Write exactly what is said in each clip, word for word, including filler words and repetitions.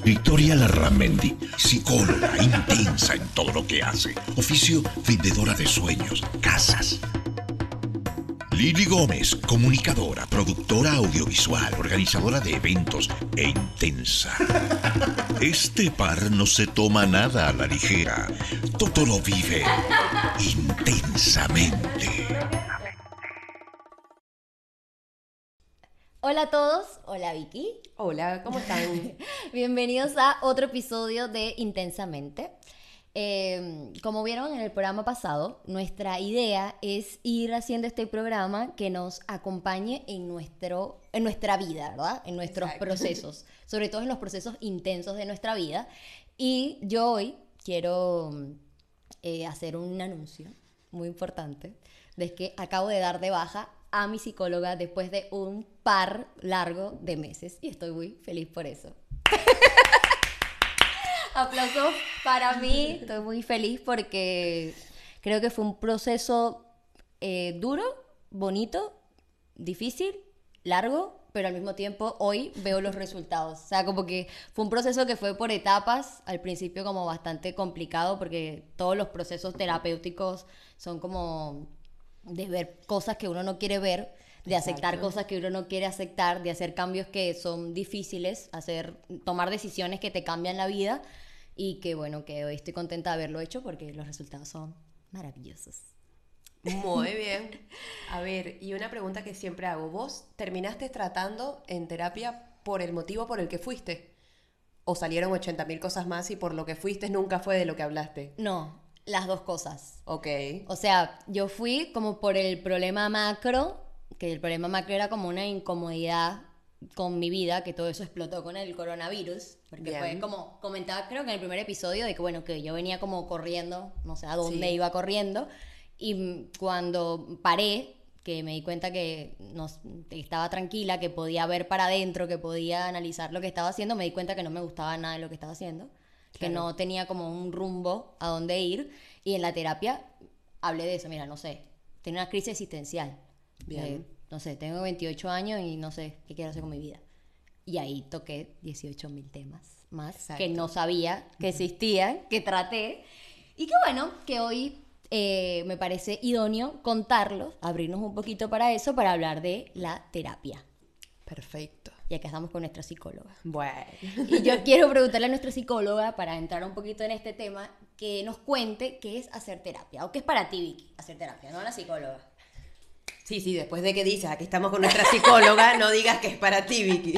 Victoria Larramendi, psicóloga intensa en todo lo que hace. Oficio vendedora de sueños, casas. Lili Gómez, comunicadora, productora audiovisual, organizadora de eventos e intensa. Este par no se toma nada a la ligera. Todo lo vive intensamente. Hola a todos, hola Vicky. Hola, ¿cómo están? Bienvenidos a otro episodio de Intensamente. Eh, como vieron en el programa pasado, nuestra idea es ir haciendo este programa que nos acompañe en, nuestro, en nuestra vida, ¿verdad? En nuestros Exacto. procesos, sobre todo en los procesos intensos de nuestra vida. Y yo hoy quiero eh, hacer un anuncio muy importante de que acabo de dar de baja a mi psicóloga después de un par largo de meses y estoy muy feliz por eso. Aplausos para mí, estoy muy feliz porque creo que fue un proceso eh, duro, bonito, difícil, largo, pero al mismo tiempo hoy veo los resultados. O sea, como que fue un proceso que fue por etapas, al principio como bastante complicado porque todos los procesos terapéuticos son como de ver cosas que uno no quiere ver, de aceptar Exacto. cosas que uno no quiere aceptar, de hacer cambios que son difíciles, hacer, tomar decisiones que te cambian la vida y que bueno, que hoy estoy contenta de haberlo hecho porque los resultados son maravillosos. Muy bien. A ver, y una pregunta que siempre hago. ¿Vos terminaste tratando en terapia por el motivo por el que fuiste? ¿O salieron ochenta mil cosas más y por lo que fuiste nunca fue de lo que hablaste? No, las dos cosas. Ok. O sea, yo fui como por el problema macro, que el problema macro era como una incomodidad con mi vida, que todo eso explotó con el coronavirus, porque Bien. fue como, comentaba creo que en el primer episodio, de que bueno, que yo venía como corriendo, no sé a dónde Sí. iba corriendo, y cuando paré, que me di cuenta que no, que estaba tranquila, que podía ver para adentro, que podía analizar lo que estaba haciendo, me di cuenta que no me gustaba nada de lo que estaba haciendo, que Claro. no tenía como un rumbo a dónde ir, y en la terapia hablé de eso, mira, no sé, tenía una crisis existencial. Bien. Eh, no sé, tengo veintiocho años y no sé qué quiero hacer con mi vida. Y ahí toqué dieciocho mil temas más Exacto. que no sabía que existían, que traté. Y que bueno, que hoy eh, me parece idóneo contarlos, abrirnos un poquito para eso, para hablar de la terapia. Perfecto. Y acá estamos con nuestra psicóloga. Bueno. Y yo quiero preguntarle a nuestra psicóloga, para entrar un poquito en este tema, que nos cuente qué es hacer terapia. O qué es para ti, Vicky, hacer terapia, no la psicóloga. Sí, sí, después de que dices, aquí estamos con nuestra psicóloga, no digas que es para ti, Vicky.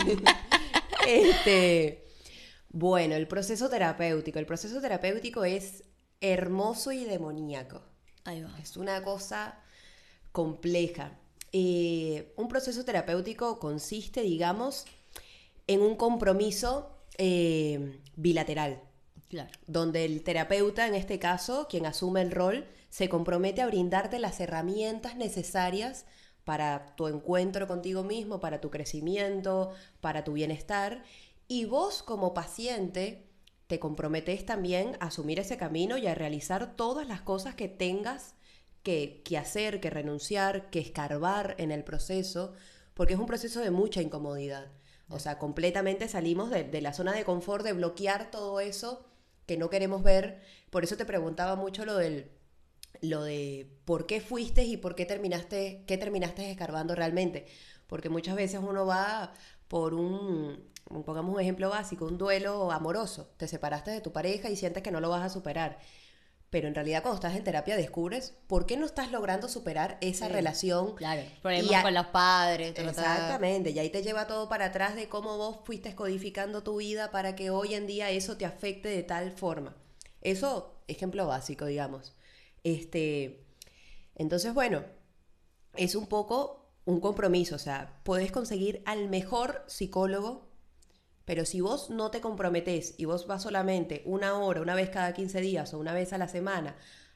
Este, bueno, el proceso terapéutico. El proceso terapéutico es hermoso y demoníaco. Ahí va. Es una cosa compleja. Eh, un proceso terapéutico consiste, digamos, en un compromiso eh, bilateral, Claro. donde el terapeuta, en este caso, quien asume el rol, se compromete a brindarte las herramientas necesarias para tu encuentro contigo mismo, para tu crecimiento, para tu bienestar. Y vos, como paciente, te comprometes también a asumir ese camino y a realizar todas las cosas que tengas que, que hacer, que renunciar, que escarbar en el proceso, porque es un proceso de mucha incomodidad. O sea, completamente salimos de, de la zona de confort, de bloquear todo eso que no queremos ver. Por eso te preguntaba mucho lo del lo de por qué fuiste y por qué terminaste, qué terminaste escarbando realmente. Porque muchas veces uno va por un, pongamos un ejemplo básico, un duelo amoroso. Te separaste de tu pareja y sientes que no lo vas a superar. Pero en realidad cuando estás en terapia descubres por qué no estás logrando superar esa Sí, relación. claro, problemas Y a- con los padres. ta, ta, ta. Exactamente, y ahí te lleva todo para atrás de cómo vos fuiste codificando tu vida para que hoy en día eso te afecte de tal forma. Eso, ejemplo básico, digamos. Este, entonces, bueno, es un poco un compromiso, o sea, podés conseguir al mejor psicólogo, pero si vos no te comprometés y vos vas solamente una hora, una vez cada quince días o una vez a la semana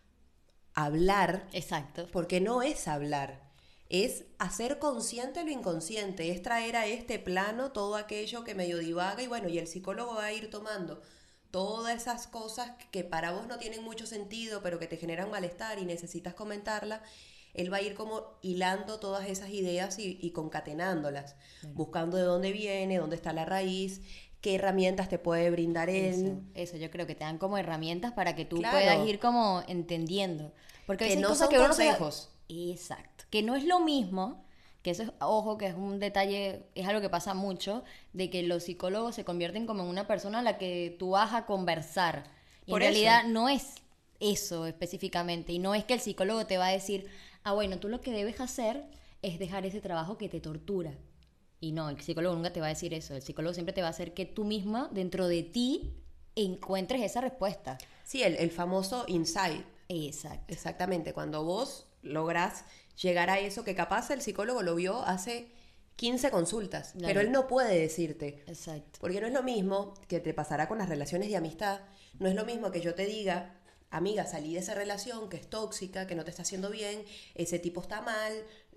a hablar, Exacto. porque no es hablar, es hacer consciente lo inconsciente, es traer a este plano todo aquello que medio divaga y bueno, y el psicólogo va a ir tomando todas esas cosas que para vos no tienen mucho sentido, pero que te generan malestar y necesitas comentarla. Él va a ir como hilando todas esas ideas y, y concatenándolas, Claro. buscando de dónde viene, dónde está la raíz, qué herramientas te puede brindar él. Eso, eso, yo creo que te dan como herramientas para que tú Claro. puedas ir como entendiendo. Porque a Que veces hay no cosas son que uno no se da- consejos. Exacto. Que no es lo mismo, que eso es, ojo, que es un detalle, es algo que pasa mucho, de que los psicólogos se convierten como en una persona a la que tú vas a conversar. Y Por en eso. realidad no es eso específicamente. Y no es que el psicólogo te va a decir, ah, bueno, tú lo que debes hacer es dejar ese trabajo que te tortura. Y no, el psicólogo nunca te va a decir eso. El psicólogo siempre te va a hacer que tú misma, dentro de ti, encuentres esa respuesta. Sí, el, el famoso insight. Exacto. Exactamente, cuando vos lográs llegar a eso que capaz el psicólogo lo vio hace quince consultas, Claro. pero él no puede decirte. Exacto. Porque no es lo mismo que te pasará con las relaciones de amistad, no es lo mismo que yo te diga, amiga, salí de esa relación que es tóxica, que no te está haciendo bien, ese tipo está mal,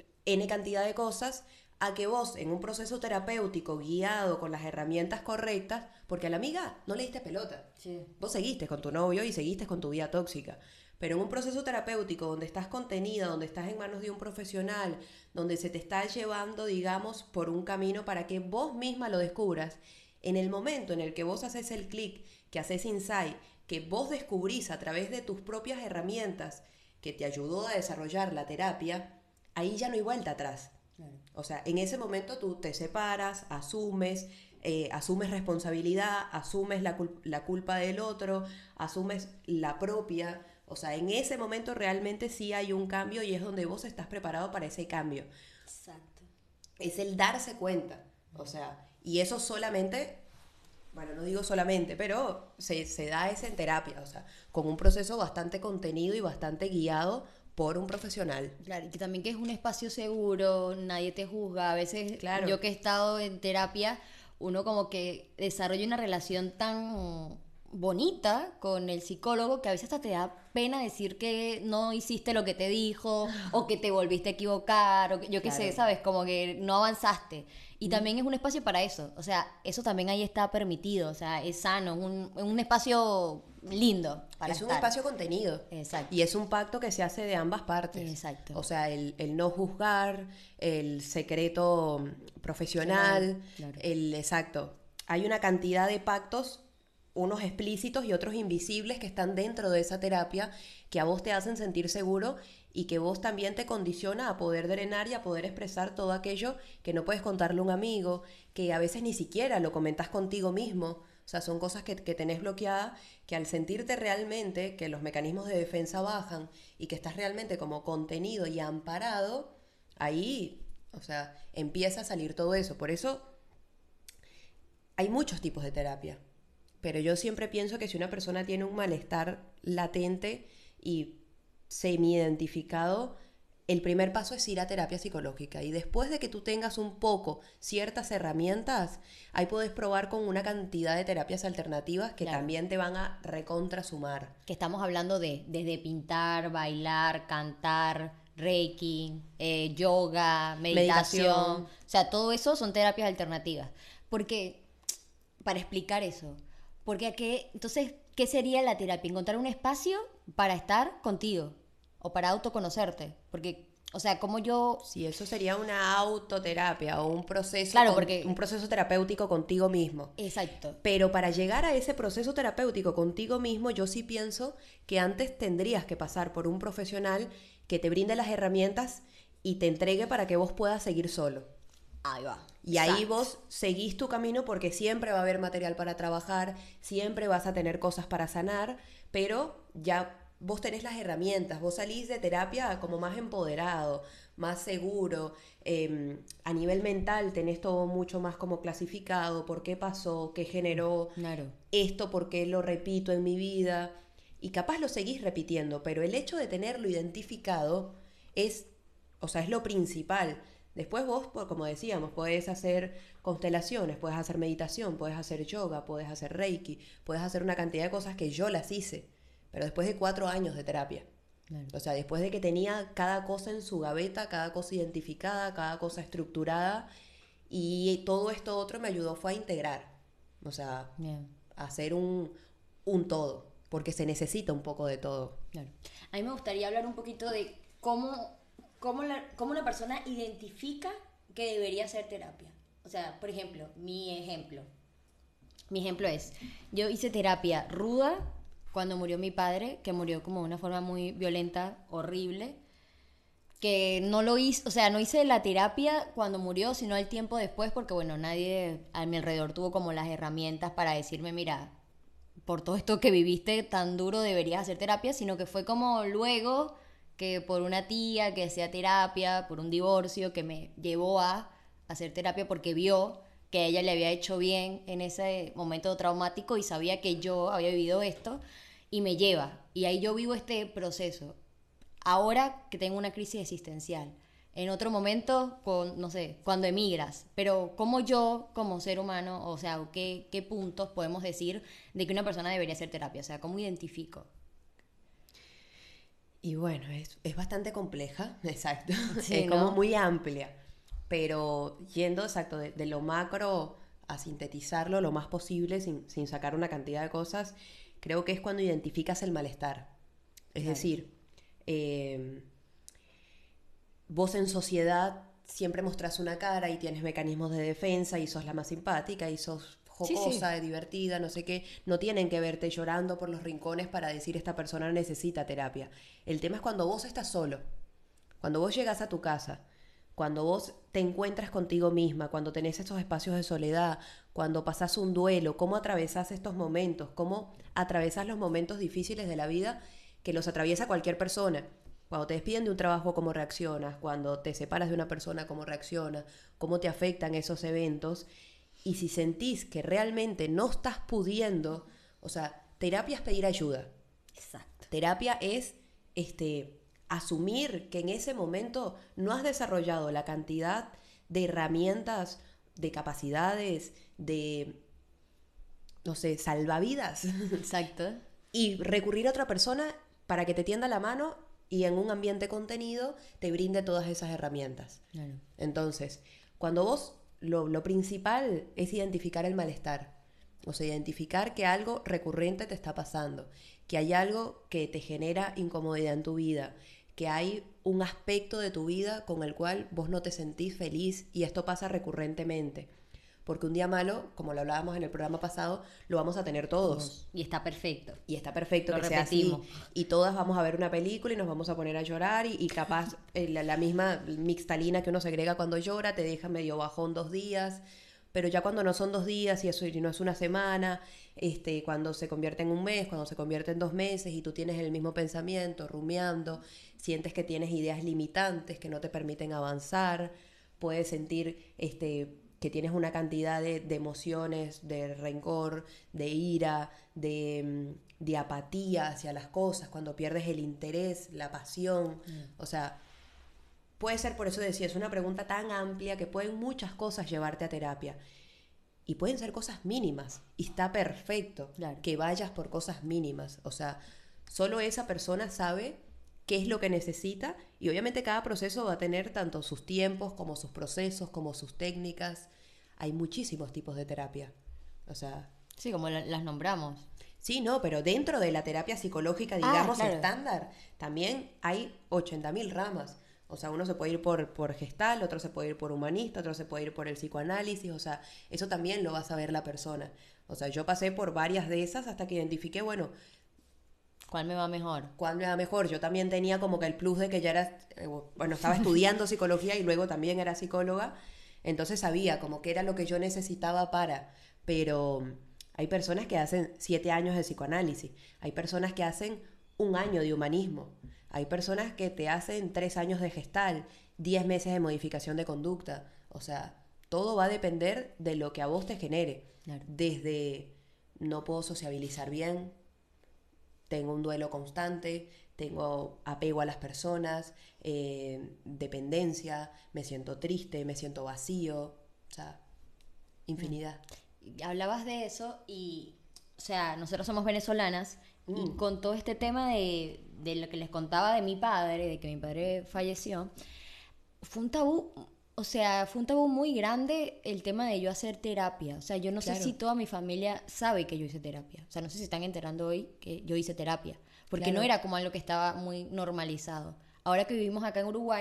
N cantidad de cosas, a que vos en un proceso terapéutico guiado con las herramientas correctas, porque a la amiga no le diste pelota. Sí. Vos seguiste con tu novio y seguiste con tu vida tóxica. Pero en un proceso terapéutico donde estás contenida, donde estás en manos de un profesional, donde se te está llevando, digamos, por un camino para que vos misma lo descubras, en el momento en el que vos haces el clic, que haces insight, que vos descubrís a través de tus propias herramientas que te ayudó a desarrollar la terapia, ahí ya no hay vuelta atrás. Claro. O sea, en ese momento tú te separas, asumes, eh, asumes responsabilidad, asumes la, cul- la culpa del otro, asumes la propia. O sea, en ese momento realmente sí hay un cambio y es donde vos estás preparado para ese cambio. Exacto. Es el darse cuenta. O sea, y eso solamente, bueno, no digo solamente, pero se, se da esa en terapia. O sea, con un proceso bastante contenido y bastante guiado por un profesional. Claro, y que también que es un espacio seguro, nadie te juzga. A veces Claro. yo que he estado en terapia, uno como que desarrolla una relación tan bonita con el psicólogo que a veces hasta te da pena decir que no hiciste lo que te dijo o que te volviste a equivocar o que, yo qué sé, Claro. ¿sabes? Como que no avanzaste. Y también es un espacio para eso. O sea, eso también ahí está permitido. O sea, es sano, es un, es un espacio lindo para Es un estar. espacio contenido. Exacto. Y es un pacto que se hace de ambas partes. Exacto. O sea, el, el no juzgar, el secreto profesional, Claro. el exacto. Hay una cantidad de pactos, unos explícitos y otros invisibles que están dentro de esa terapia que a vos te hacen sentir seguro y que vos también te condiciona a poder drenar y a poder expresar todo aquello que no puedes contarle a un amigo, que a veces ni siquiera lo comentas contigo mismo. O sea, son cosas que, que tenés bloqueadas, que al sentirte realmente que los mecanismos de defensa bajan y que estás realmente como contenido y amparado, ahí, o sea, empieza a salir todo eso. Por eso hay muchos tipos de terapia. Pero yo siempre pienso que si una persona tiene un malestar latente y semi-identificado, el primer paso es ir a terapia psicológica. Y después de que tú tengas un poco ciertas herramientas, ahí puedes probar con una cantidad de terapias alternativas que Claro. también te van a recontrasumar. Que estamos hablando de desde pintar, bailar, cantar, reiki, eh, yoga, meditación. Meditación. O sea, todo eso son terapias alternativas. Porque, para explicar eso, porque a qué, entonces, ¿qué sería la terapia? Encontrar un espacio para estar contigo o para autoconocerte. Porque, o sea, como yo... Sí, eso sería una autoterapia o un proceso, Claro, con- porque- un proceso terapéutico contigo mismo. Exacto. Pero para llegar a ese proceso terapéutico contigo mismo, yo sí pienso que antes tendrías que pasar por un profesional que te brinde las herramientas y te entregue para que vos puedas seguir solo. Ahí va. Y ahí Exacto. vos seguís tu camino porque siempre va a haber material para trabajar, siempre vas a tener cosas para sanar, pero ya vos tenés las herramientas, vos salís de terapia como más empoderado, más seguro, eh, a nivel mental tenés todo mucho más como clasificado, por qué pasó, qué generó Claro. esto, por qué lo repito en mi vida, y capaz lo seguís repitiendo, pero el hecho de tenerlo identificado es, o sea, es lo principal. Después vos, por- como decíamos, podés hacer constelaciones, puedes hacer meditación, puedes hacer yoga, puedes hacer reiki, puedes hacer una cantidad de cosas que yo las hice, pero después de cuatro años de terapia. Claro. O sea, después de que tenía cada cosa en su gaveta, cada cosa identificada, cada cosa estructurada, y todo esto otro me ayudó fue a integrar, o sea, Bien. a hacer un, un todo, porque se necesita un poco de todo. Claro. A mí me gustaría hablar un poquito de cómo, cómo, la, cómo una persona identifica que debería hacer terapia. O sea, por ejemplo, mi ejemplo. Mi ejemplo es, yo hice terapia ruda cuando murió mi padre, que murió como de una forma muy violenta, horrible, que no lo hice, o sea, no hice la terapia cuando murió, sino el tiempo después, porque bueno, nadie a mi alrededor tuvo como las herramientas para decirme, mira, por todo esto que viviste tan duro deberías hacer terapia, sino que fue como luego que por una tía que hacía terapia, por un divorcio que me llevó a hacer terapia porque vio que a ella le había hecho bien en ese momento traumático y sabía que yo había vivido esto y me lleva. Y ahí yo vivo este proceso. Ahora que tengo una crisis existencial. En otro momento, con, no sé, cuando emigras. Pero ¿cómo yo, como ser humano, o sea, qué, qué puntos podemos decir de que una persona debería hacer terapia? O sea, ¿cómo identifico? Y bueno, es, es bastante compleja, exacto. Sí, es como ¿no? muy amplia. Pero yendo, exacto, de, de lo macro a sintetizarlo lo más posible sin, sin sacar una cantidad de cosas, creo que es cuando identificas el malestar. Es Claro. decir, eh, vos en sociedad siempre mostrás una cara y tienes mecanismos de defensa y sos la más simpática y sos Sí, jocosa, sí. divertida, no sé qué. No tienen que verte llorando por los rincones para decir esta persona necesita terapia. El tema es cuando vos estás solo, cuando vos llegas a tu casa, cuando vos te encuentras contigo misma, cuando tenés estos espacios de soledad, cuando pasás un duelo, cómo atravesás estos momentos, cómo atravesás los momentos difíciles de la vida que los atraviesa cualquier persona. Cuando te despiden de un trabajo, cómo reaccionas, cuando te separas de una persona, cómo reaccionas, cómo te afectan esos eventos. Y si sentís que realmente no estás pudiendo, o sea, terapia es pedir ayuda. Exacto. Terapia es este, asumir que en ese momento no has desarrollado la cantidad de herramientas, de capacidades, de, no sé, salvavidas Exacto. y recurrir a otra persona para que te tienda la mano y en un ambiente contenido te brinde todas esas herramientas. Claro. Entonces, cuando vos, lo, lo principal es identificar el malestar, o sea, identificar que algo recurrente te está pasando, que hay algo que te genera incomodidad en tu vida, que hay un aspecto de tu vida con el cual vos no te sentís feliz y esto pasa recurrentemente. Porque un día malo, como lo hablábamos en el programa pasado, lo vamos a tener todos. Y está perfecto. Y está perfecto Lo que sea así. repetimos. Y todas vamos a ver una película y nos vamos a poner a llorar y, y capaz eh, la, la misma mixtalina que uno segrega cuando llora te deja medio bajón dos días. Pero ya cuando no son dos días y eso y no es una semana, este, cuando se convierte en un mes, cuando se convierte en dos meses y tú tienes el mismo pensamiento, rumiando, sientes que tienes ideas limitantes que no te permiten avanzar, puedes sentir este, que tienes una cantidad de, de emociones, de rencor, de ira, de, de apatía hacia las cosas, cuando pierdes el interés, la pasión, Mm. o sea, puede ser, por eso decía, es una pregunta tan amplia que pueden muchas cosas llevarte a terapia. Y pueden ser cosas mínimas. Y está perfecto Claro. que vayas por cosas mínimas. O sea, solo esa persona sabe qué es lo que necesita. Y obviamente cada proceso va a tener tanto sus tiempos como sus procesos, como sus técnicas. Hay muchísimos tipos de terapia. O sea, Sí, como la- las nombramos. sí, no, pero dentro de la terapia psicológica, Ah, digamos, claro. estándar, también hay ochenta mil ramas. O sea, uno se puede ir por, por gestal, otro se puede ir por humanista, otro se puede ir por el psicoanálisis. O sea, eso también lo va a saber la persona. O sea, yo pasé por varias de esas hasta que identifiqué, bueno, ¿Cuál me va mejor? cuál me va mejor. Yo también tenía como que el plus de que ya era, eh, bueno, estaba estudiando psicología y luego también era psicóloga. Entonces sabía como que era lo que yo necesitaba para. Pero hay personas que hacen siete años de psicoanálisis. Hay personas que hacen un año de humanismo. Hay personas que te hacen tres años de gestal, diez meses de modificación de conducta. O sea, todo va a depender de lo que a vos te genere. Claro. Desde no puedo sociabilizar bien, tengo un duelo constante, tengo apego a las personas, eh, dependencia, me siento triste, me siento vacío, o sea, infinidad. Hablabas de eso y, o sea, nosotros somos venezolanas y Mm. con todo este tema de, de lo que les contaba de mi padre, de que mi padre falleció, fue un tabú, o sea, fue un tabú muy grande el tema de yo hacer terapia. O sea, yo no sé Claro. si toda mi familia sabe que yo hice terapia. O sea, no sé si están enterando hoy que yo hice terapia. Porque Claro. no era como algo que estaba muy normalizado. Ahora que vivimos acá en Uruguay,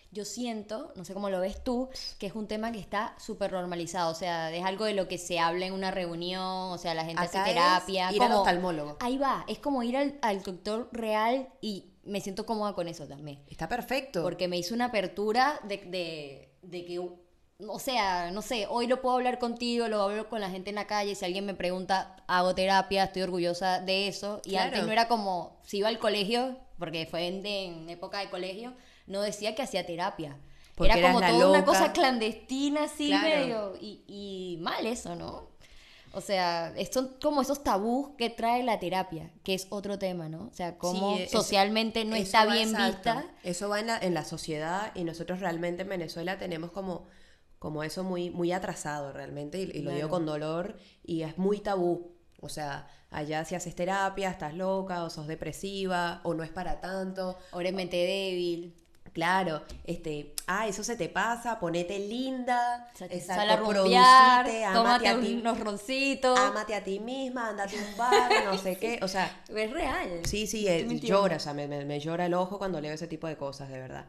yo siento, no sé cómo lo ves tú, que es un tema que está súper normalizado, o sea, es algo de lo que se habla en una reunión, o sea, la gente Acá hace terapia. es ir como, al oftalmólogo. Ahí va, es como ir al, al doctor real y me siento cómoda con eso también. Está perfecto. Porque me hizo una apertura de, de, de que, o sea, no sé, hoy lo puedo hablar contigo, lo hablo con la gente en la calle, si alguien me pregunta, hago terapia, estoy orgullosa de eso. Y Claro. antes no era como, si iba al colegio, porque fue en, en época de colegio, no decía que hacía terapia. Porque Era eras como la toda una loca. cosa clandestina, así Claro. medio, y, y mal eso, ¿no? O sea, es- son como esos tabús que trae la terapia, que es otro tema, ¿no? O sea, cómo Sí, eso- socialmente no eso está va, bien exacto. vista. Eso va en la, en la sociedad y nosotros realmente en Venezuela tenemos como, como eso muy, muy atrasado realmente y, y lo digo Claro. con dolor y es muy tabú. O sea, allá si haces terapia, estás loca o sos depresiva o no es para tanto. Ahora es mente débil. Claro, este, ah, eso se te pasa, ponete linda, Sal exacto, a rumbear, producite, ámate tómate a ti, unos roncitos. ámate a ti misma, andate a un bar, no sé qué, o sea, Es real. sí, sí, No estoy eh, mintiendo. llora, o sea, me, me- me llora el ojo cuando leo ese tipo de cosas, de verdad.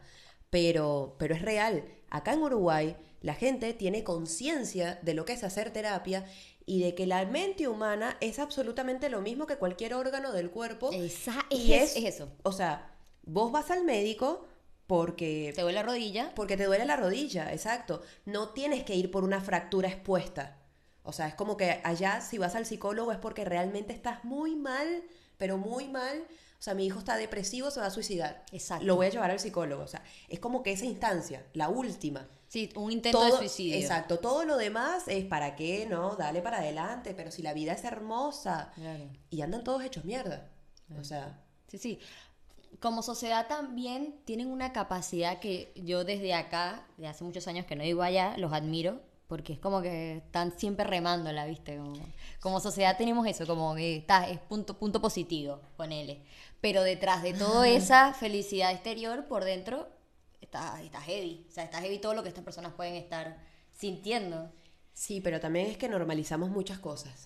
Pero, pero es real. Acá en Uruguay, la gente tiene conciencia de lo que es hacer terapia y de que la mente humana es absolutamente lo mismo que cualquier órgano del cuerpo. Esa- y es- es eso. O sea, vos vas al médico porque Te duele la rodilla. porque te duele la rodilla, exacto. No tienes que ir por una fractura expuesta. O sea, es como que allá si vas al psicólogo es porque realmente estás muy mal, pero muy mal. O sea, mi hijo está depresivo, se va a suicidar. Exacto. Lo voy a llevar al psicólogo. O sea, es como que esa instancia, la última. Sí, un intento Todo- de suicidio. Exacto. Todo lo demás es para qué, ¿no? Dale para adelante. Pero si la vida es hermosa. Claro. Y andan todos hechos mierda. O sea, Sí, sí. Como sociedad también tienen una capacidad que yo desde acá, de hace muchos años que no vivo allá, los admiro, porque es como que están siempre remándola, ¿viste? Como, como sociedad tenemos eso, como que está, es punto, punto positivo, ponele. Pero detrás de toda esa felicidad exterior, por dentro, está, está heavy. O sea, está heavy todo lo que estas personas pueden estar sintiendo. sí, pero también es que normalizamos muchas cosas.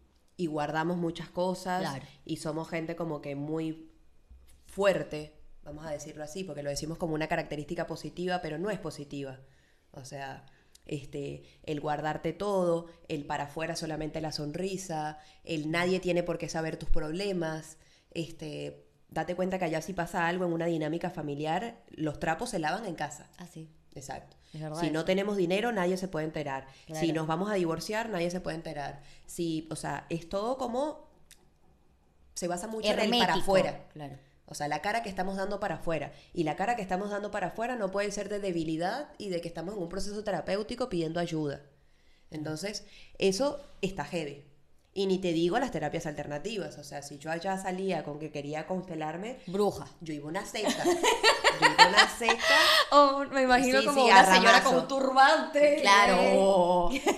Y guardamos muchas cosas. Claro. Y somos gente como que muy fuerte, vamos a decirlo así, porque lo decimos como una característica positiva, pero no es positiva. O sea, este, el guardarte todo, el para afuera solamente la sonrisa, el nadie tiene por qué saber tus problemas, este, date cuenta que allá si pasa algo en una dinámica familiar, los trapos se lavan en casa. Así. Exacto. Es verdad Si no eso. tenemos dinero, nadie se puede enterar. Claro. Si nos vamos a divorciar, nadie se puede enterar. Si, o sea, es todo como se basa mucho en el para Hermético. afuera. Claro. O sea, la cara que estamos dando para afuera. Y la cara que estamos dando para afuera no puede ser de debilidad y de que estamos en un proceso terapéutico pidiendo ayuda. Entonces, eso está heavy. Y ni te digo las terapias alternativas. O sea, si yo allá salía con que quería constelarme, Bruja. yo iba a una secta. Yo iba a una secta. Oh, me imagino Sí, como sí, una a señora ramazo. con turbante. Claro. No. Es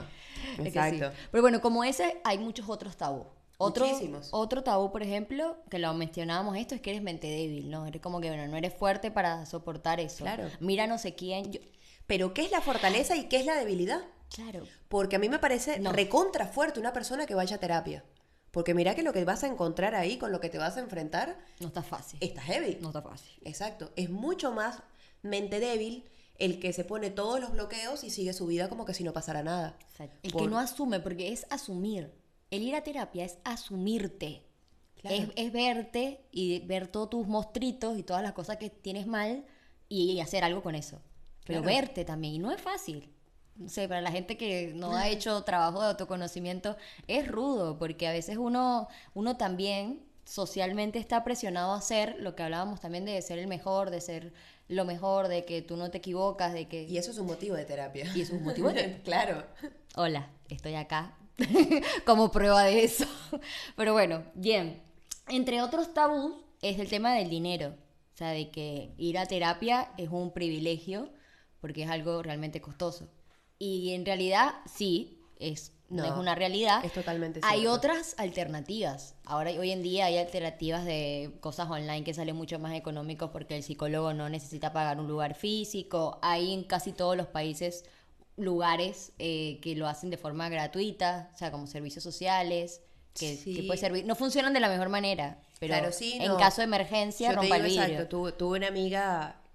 que sí. Exacto. Pero bueno, como ese, hay muchos otros tabús. Otro, Muchísimos. otro tabú, por ejemplo, que lo mencionábamos esto, es que eres mente débil, ¿no? Eres como que, bueno, no eres fuerte para soportar eso. Claro. Mira no sé quién. Yo- Pero ¿qué es la fortaleza y qué es la debilidad? Claro. Porque a mí me parece No. recontra fuerte una persona que vaya a terapia. Porque mira que lo que vas a encontrar ahí, con lo que te vas a enfrentar, No está fácil. está heavy. No está fácil. Exacto. Es mucho más mente débil el que se pone todos los bloqueos y sigue su vida como que si no pasara nada. Exacto. El Por- que no asume, porque es asumir. El ir a terapia es asumirte. Claro. Es, es verte y ver todos tus mostritos y todas las cosas que tienes mal y hacer algo con eso. Pero Claro. verte también. Y no es fácil. No sé, para la gente que no ha hecho trabajo de autoconocimiento, es rudo, porque a veces uno, uno también socialmente está presionado a ser lo que hablábamos también de ser el mejor, de ser lo mejor, de que tú no te equivocas, de que... Y eso es un motivo de terapia. Y eso es un motivo de terapia. Claro. Hola, estoy acá como prueba de eso. Pero bueno, bien. Entre otros tabús es el tema del dinero. O sea, de que ir a terapia es un privilegio porque es algo realmente costoso. Y en realidad sí, es, no, No, es una realidad. es totalmente Hay cierto. otras alternativas. Ahora, hoy en día hay alternativas de cosas online que salen mucho más económicos porque el psicólogo no necesita pagar un lugar físico. Hay en casi todos los países lugares eh, que lo hacen de forma gratuita, o sea, como servicios sociales, que, Sí. que puede servir. No funcionan de la mejor manera, pero Claro, sí, en no. caso de emergencia Yo te rompa el digo, vidrio. exacto, tuve, tuve una amiga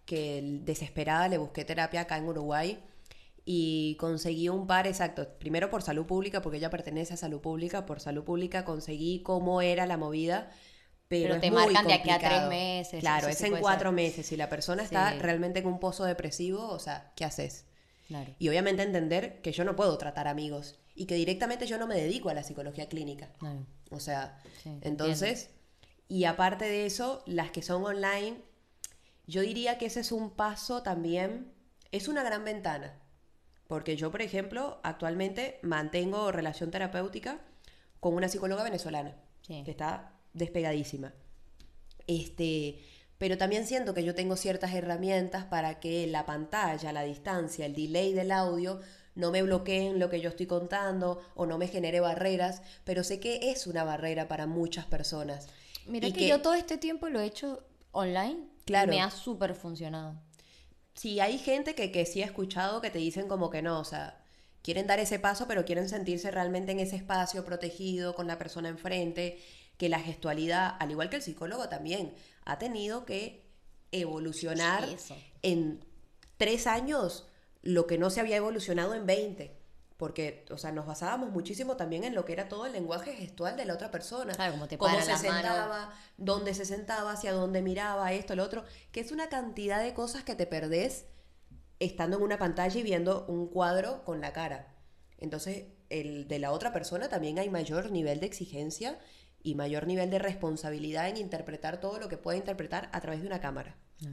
que desesperada le busqué terapia acá en Uruguay y conseguí un par, exacto, primero por salud pública, porque ella pertenece a salud pública, por salud pública conseguí cómo era la movida, pero, Pero es te muy marcan de aquí a complicado. tres meses. Claro, eso es sí en puede cuatro ser. meses. Si la persona está Sí. realmente en un pozo depresivo, o sea, ¿qué haces? Claro. Y obviamente entender que yo no puedo tratar amigos y que directamente yo no me dedico a la psicología clínica. Claro. O sea, Sí, entonces, y aparte de eso, las que son online, yo diría que ese es un paso también, es una gran ventana. Porque yo, por ejemplo, actualmente mantengo relación terapéutica con una psicóloga venezolana, Sí. que está despegadísima. Este, pero también siento que yo tengo ciertas herramientas para que la pantalla, la distancia, el delay del audio no me bloqueen lo que yo estoy contando o no me genere barreras, pero sé que es una barrera para muchas personas. Mira Y que, yo todo este tiempo lo he hecho online Claro. y me ha súper funcionado. Sí, hay gente que, que sí he escuchado que te dicen como que no, o sea, quieren dar ese paso, pero quieren sentirse realmente en ese espacio protegido con la persona enfrente, que la gestualidad, al igual que el psicólogo también, ha tenido que evolucionar Sí, eso. en tres años lo que no se había evolucionado en veinte. Porque, o sea, nos basábamos muchísimo también en lo que era todo el lenguaje gestual de la otra persona. Claro, como te cómo paran se las manos. sentaba, dónde se sentaba, hacia dónde miraba, esto, lo otro. Que es una cantidad de cosas que te perdés estando en una pantalla y viendo un cuadro con la cara. Entonces, el de la otra persona también hay mayor nivel de exigencia y mayor nivel de responsabilidad en interpretar todo lo que puede interpretar a través de una cámara. Claro.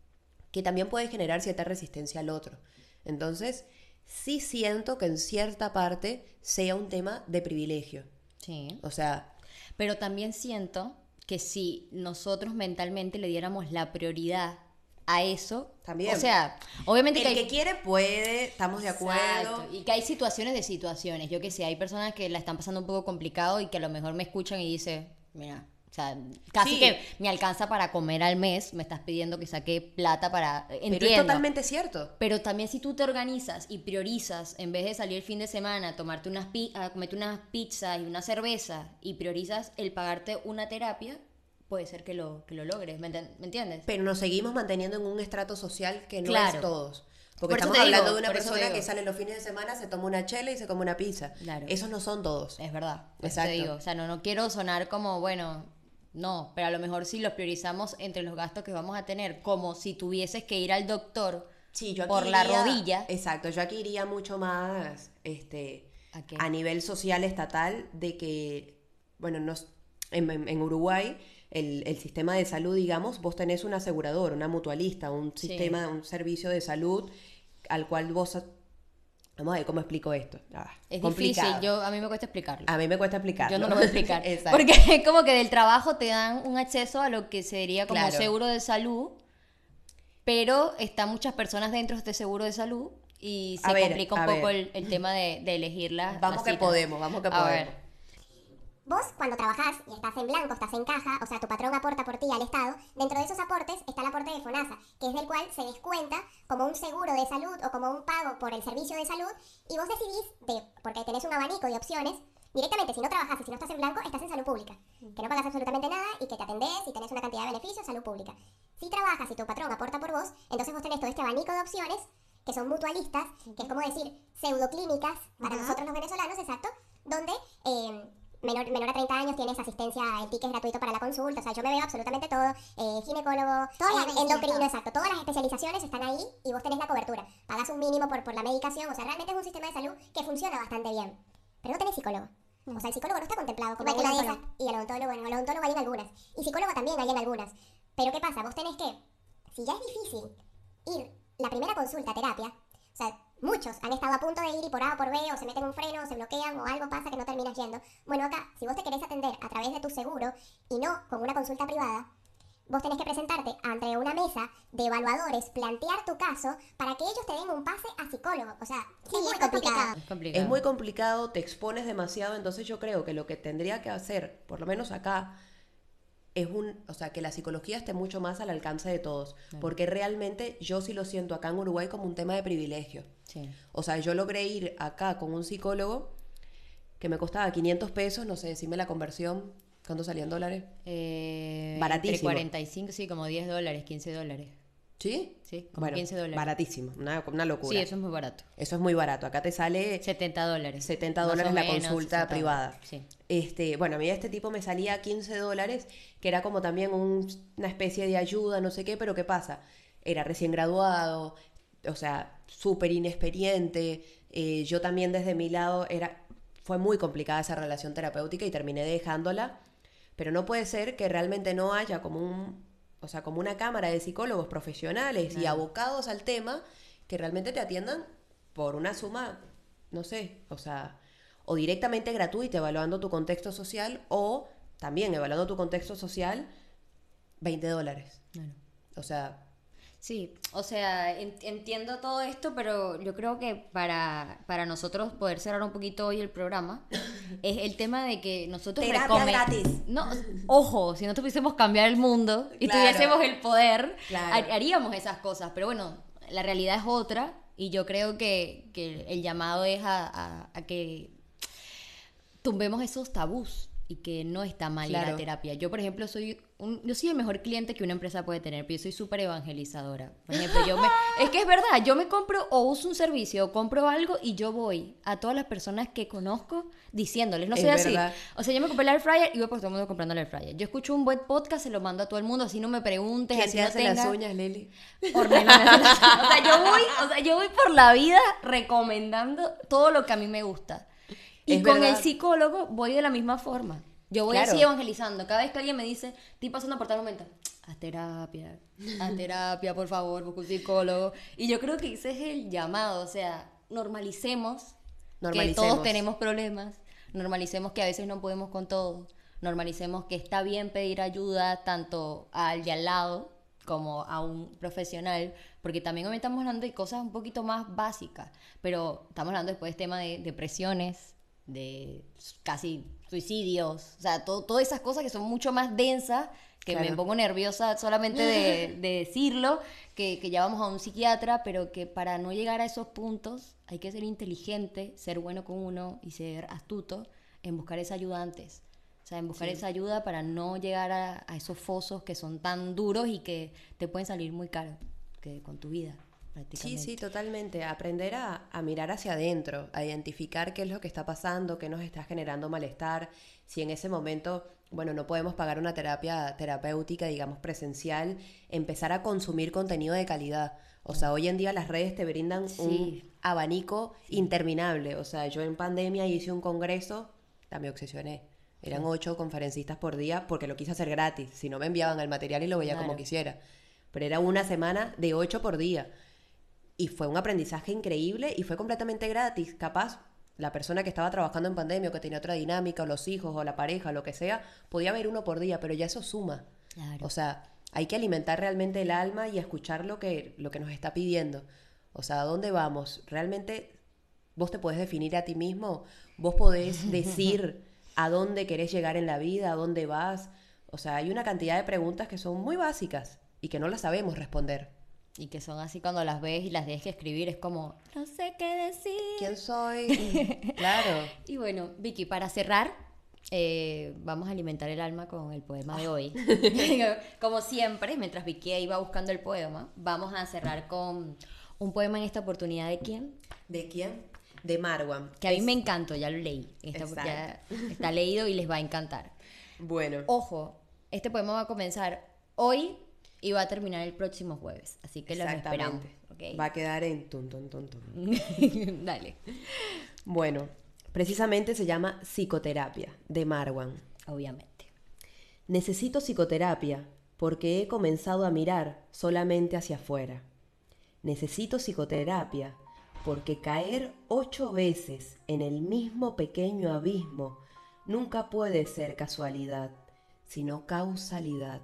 Que también puede generar cierta resistencia al otro. Entonces, sí siento que en cierta parte sea un tema de privilegio. Sí. O sea, Pero también siento que si nosotros mentalmente le diéramos la prioridad a eso, También. o sea, obviamente el que hay... que quiere puede, estamos de acuerdo. Exacto, y que hay situaciones de situaciones. Yo que sé, hay personas que la están pasando un poco complicado y que a lo mejor me escuchan y dicen, mira, o sea, casi Sí. que me alcanza para comer al mes, me estás pidiendo que saque plata para... Entiendo. Pero es totalmente cierto. Pero también si tú te organizas y priorizas, en vez de salir el fin de semana, tomarte unas pi a comerte unas pizzas y una cerveza, y priorizas el pagarte una terapia, puede ser que lo, que lo logres, ¿me, enten- ¿me entiendes? Pero nos seguimos manteniendo en un estrato social que no Claro. es todos. Porque Por eso estamos te digo, hablando de una por eso te persona digo. que sale los fines de semana, se toma una chela y se come una pizza. Claro. Esos no son todos. Es verdad, por eso Exacto. te digo, o sea, no, no quiero sonar como, bueno, no, pero a lo mejor si los priorizamos entre los gastos que vamos a tener, como si tuvieses que ir al doctor Sí, yo aquí por la iría- rodilla. Exacto, yo aquí iría mucho más este, ¿A qué? a nivel social estatal de que, bueno, nos, en, en- en Uruguay el, el sistema de salud, digamos, vos tenés un asegurador, una mutualista, un Sí. sistema, un servicio de salud al cual vos... Vamos a ver cómo explico esto. Ah, Es complicado. difícil, yo, a mí me cuesta explicarlo. A mí me cuesta explicarlo. Yo no lo voy a explicar. Exacto. Porque es como que del trabajo te dan un acceso a lo que sería como Claro. seguro de salud, pero están muchas personas dentro de este seguro de salud y se A ver, complica un a poco ver. el, el tema de, de elegir las Vamos las que citas. podemos, vamos que A podemos. ver, Vos, cuando trabajás y estás en blanco, estás en caja, o sea, tu patrón aporta por ti al Estado, dentro de esos aportes está el aporte de FONASA, que es del cual se descuenta como un seguro de salud o como un pago por el servicio de salud, y vos decidís, de, porque tenés un abanico de opciones, directamente, si no trabajás y si no estás en blanco, estás en salud pública, que no pagas absolutamente nada y que te atendés y tenés una cantidad de beneficios, salud pública. Si trabajas y tu patrón aporta por vos, entonces vos tenés todo este abanico de opciones, que son mutualistas, que es como decir pseudoclínicas para Ajá. nosotros los venezolanos, exacto, donde... eh, Menor, menor a treinta años tienes asistencia, el ticket es gratuito para la consulta, o sea, yo me veo absolutamente todo, eh, ginecólogo, Todas las eh, medicinas, endocrino, todo. exacto, todas las especializaciones están ahí y vos tenés la cobertura, pagás un mínimo por, por la medicación, o sea, realmente es un sistema de salud que funciona bastante bien, pero no tenés psicólogo. O sea, el psicólogo no está contemplado como Igual que una el de esas. odontólogo. Y el odontólogo, bueno, el odontólogo hay en algunas. Y psicólogo también hay en algunas. Pero ¿qué pasa? Vos tenés que, si ya es difícil ir la primera consulta a terapia, o sea, muchos han estado a punto de ir y por A o por B, o se meten un freno, o se bloquean, o algo pasa que no terminas yendo. Bueno, acá, si vos te querés atender a través de tu seguro y no con una consulta privada, vos tenés que presentarte ante una mesa de evaluadores, plantear tu caso para que ellos te den un pase a psicólogo. O sea, Sí, es muy es complicado. complicado. es complicado. Es muy complicado, te expones demasiado, entonces yo creo que lo que tendría que hacer, por lo menos acá, es un, o sea, que la psicología esté mucho más al alcance de todos, porque realmente yo sí lo siento acá en Uruguay como un tema de privilegio. Sí. O sea, yo logré ir acá con un psicólogo que me costaba quinientos pesos, no sé, decime la conversión, ¿cuánto salía en dólares? Eh, Baratísimo. Entre cuarenta y cinco, sí, como diez dólares, quince dólares. ¿Sí? Sí, como Bueno, quince dólares. baratísimo, una, una locura. Sí, eso es muy barato. Eso es muy barato. Acá te sale setenta dólares. setenta Más dólares o la menos, consulta sesenta privada. dólares, sí. Este, bueno, a mí este tipo me salía quince dólares, que era como también un- una especie de ayuda, no sé qué, pero ¿qué pasa? Era recién graduado, o sea, súper inexperiente. eh, yo también desde mi lado era, fue muy complicada esa relación terapéutica y terminé dejándola, pero no puede ser que realmente no haya como un, o sea, como una cámara de psicólogos profesionales y Claro. abocados al tema que realmente te atiendan por una suma, no sé, o sea, o directamente gratuita, evaluando tu contexto social, o también evaluando tu contexto social, veinte dólares. Bueno. O sea, Sí, o sea, en- entiendo todo esto, pero yo creo que para, para nosotros poder cerrar un poquito hoy el programa, es el tema de que nosotros Terapia recome- gratis. No, ojo, si nosotros pudiésemos cambiar el mundo y Claro. tuviésemos el poder, Claro. ha- haríamos esas cosas. Pero bueno, la realidad es otra y yo creo que, que el llamado es a, a- a que tumbemos esos tabús y que no está mal ir Claro. a terapia. Yo, por ejemplo, soy un, yo soy el mejor cliente que una empresa puede tener, pero yo soy súper evangelizadora. Por ejemplo, yo me, es que es verdad, yo me compro o uso un servicio o compro algo y yo voy a todas las personas que conozco diciéndoles, no Es soy así. verdad. O sea, yo me compré el air fryer y voy por todo el mundo comprando el air fryer. Yo escucho un buen podcast, se lo mando a todo el mundo, así no me preguntes, ¿quién así te no hace tenga... las uñas, Leli? Ornella me hace las- o sea, yo voy, o sea, yo voy por la vida recomendando todo lo que a mí me gusta. Y Es con verdad. el psicólogo voy de la misma forma. Yo voy Claro. así evangelizando. Cada vez que alguien me dice, estoy pasando por tal momento, haz terapia, haz terapia, por favor, busca un psicólogo. Y yo creo que ese es el llamado, o sea, normalicemos, que Normalicemos. todos tenemos problemas, normalicemos que a veces no podemos con todo, normalicemos que está bien pedir ayuda tanto al de al lado como a un profesional, porque también hoy estamos hablando de cosas un poquito más básicas, pero estamos hablando después de tema de depresiones, de casi suicidios, o sea, todo, todas esas cosas que son mucho más densas, que Claro. me pongo nerviosa solamente de, de decirlo, que, que ya vamos a un psiquiatra, pero que para no llegar a esos puntos hay que ser inteligente, ser bueno con uno y ser astuto en buscar esa ayuda antes. O sea, en buscar Sí. esa ayuda para no llegar a, a esos fosos que son tan duros y que te pueden salir muy caro que con tu vida, Sí, prácticamente. sí, totalmente. Aprender a, a mirar hacia adentro, a identificar qué es lo que está pasando, qué nos está generando malestar. Si en ese momento, bueno, no podemos pagar una terapia terapéutica, digamos, presencial, empezar a consumir contenido de calidad. O sea, hoy en día las redes te brindan Sí. un abanico interminable. O sea, yo en pandemia hice un congreso, ya me obsesioné. Eran ocho conferencistas por día porque lo quise hacer gratis. Si no, me enviaban el material y lo veía como Claro. quisiera. Pero era una semana de ocho por día. Y fue un aprendizaje increíble y fue completamente gratis. Capaz, la persona que estaba trabajando en pandemia o que tenía otra dinámica, o los hijos, o la pareja, o lo que sea, podía ver uno por día, pero ya eso suma. Claro. O sea, hay que alimentar realmente el alma y escuchar lo que, lo que nos está pidiendo. O sea, ¿a dónde vamos? Realmente vos te podés definir a ti mismo, vos podés decir a dónde querés llegar en la vida, a dónde vas. O sea, hay una cantidad de preguntas que son muy básicas y que no las sabemos responder. Y que son así cuando las ves y las tienes que escribir, es como, no sé qué decir. ¿Quién soy? Claro. Y bueno, Vicky, para cerrar, eh, vamos a alimentar el alma con el poema de hoy. Como siempre, mientras Vicky iba buscando el poema, vamos a cerrar con un poema en esta oportunidad de quién, ¿De quién? De Marwan. que a mí Es- me encantó, ya lo leí. Esta- Exacto. ya está leído y les va a encantar. Bueno, Ojo, este poema va a comenzar hoy y va a terminar el próximo jueves, así que lo esperamos. exactamente. ¿Ok? Va a quedar en tun, tun, tun, tun. Dale, Bueno, precisamente se llama Psicoterapia, de Marwan. obviamente. Necesito psicoterapia porque he comenzado a mirar solamente hacia afuera. Necesito psicoterapia porque caer ocho veces en el mismo pequeño abismo nunca puede ser casualidad, sino causalidad.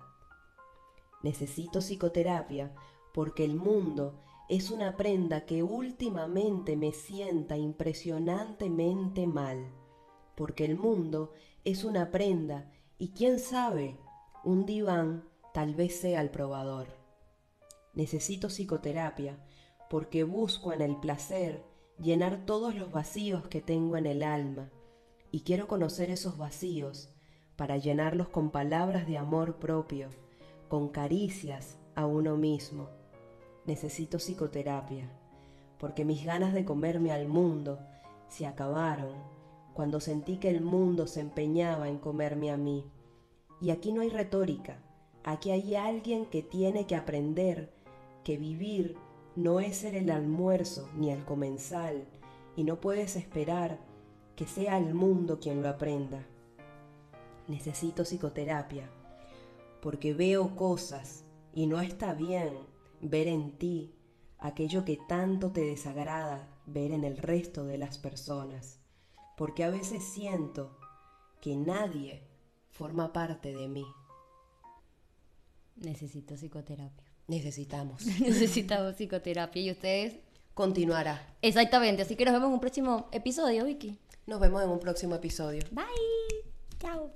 Necesito psicoterapia porque el mundo es una prenda que últimamente me sienta impresionantemente mal. Porque el mundo es una prenda y quién sabe, un diván tal vez sea el probador. Necesito psicoterapia porque busco en el placer llenar todos los vacíos que tengo en el alma y quiero conocer esos vacíos para llenarlos con palabras de amor propio, con caricias a uno mismo. necesito psicoterapia, porque mis ganas de comerme al mundo se acabaron cuando sentí que el mundo se empeñaba en comerme a mí. Y aquí no hay retórica, aquí hay alguien que tiene que aprender que vivir no es ser el almuerzo ni el comensal, y no puedes esperar que sea el mundo quien lo aprenda. Necesito psicoterapia, porque veo cosas y no está bien ver en ti aquello que tanto te desagrada ver en el resto de las personas, porque a veces siento que nadie forma parte de mí. Necesito psicoterapia. Necesitamos. Necesitamos psicoterapia. ¿Y ustedes? Continuará. Exactamente. Así que nos vemos en un próximo episodio, Vicky. Nos vemos en un próximo episodio. Bye. Chao.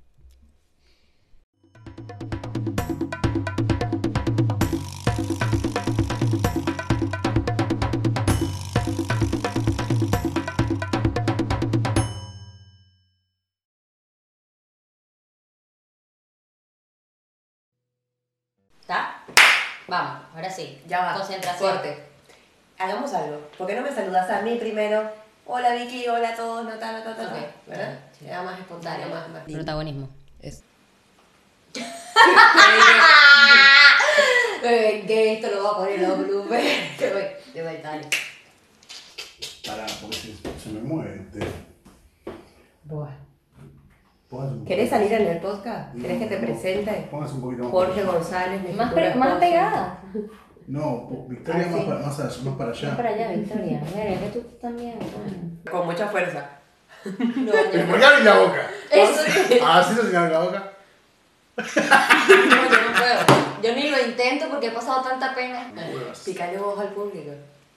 ¿Está? Vamos, ahora sí. Ya va. Concentración. Fuerte. Hagamos algo. ¿Por qué no me saludas a mí primero? Hola Vicky, hola a todos, no tal, no tal, no tal. Ok. ¿Verdad? Sí. Era más espontáneo, más, más lindo. Protagonismo. Es. Que esto lo voy a poner en los bloopers. Te voy, te voy, dale. Pará, porque se, se me mueve. Te... Buah. Póngase un ¿Querés poquito- salir en el podcast? ¿Querés que te No, presente? Póngase un poquito más. Jorge González, mi Más, futura pe- más esposa. pegada. No, Victoria Ah, más, sí. para, más, allá, más para allá. Más para allá, Victoria. Mira, que tú también. Bueno. Con mucha fuerza. No, Pero ¿por qué abrir la boca? Eso sí. ¿Así no se abre la boca? No, yo no puedo. Yo ni lo intento porque he pasado tanta pena. Picale vos al público.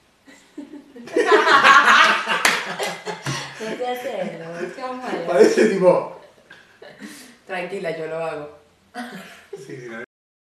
No sé hacerlo, qué mal. Parece tipo... Tranquila, yo lo hago. Sí, sí, no,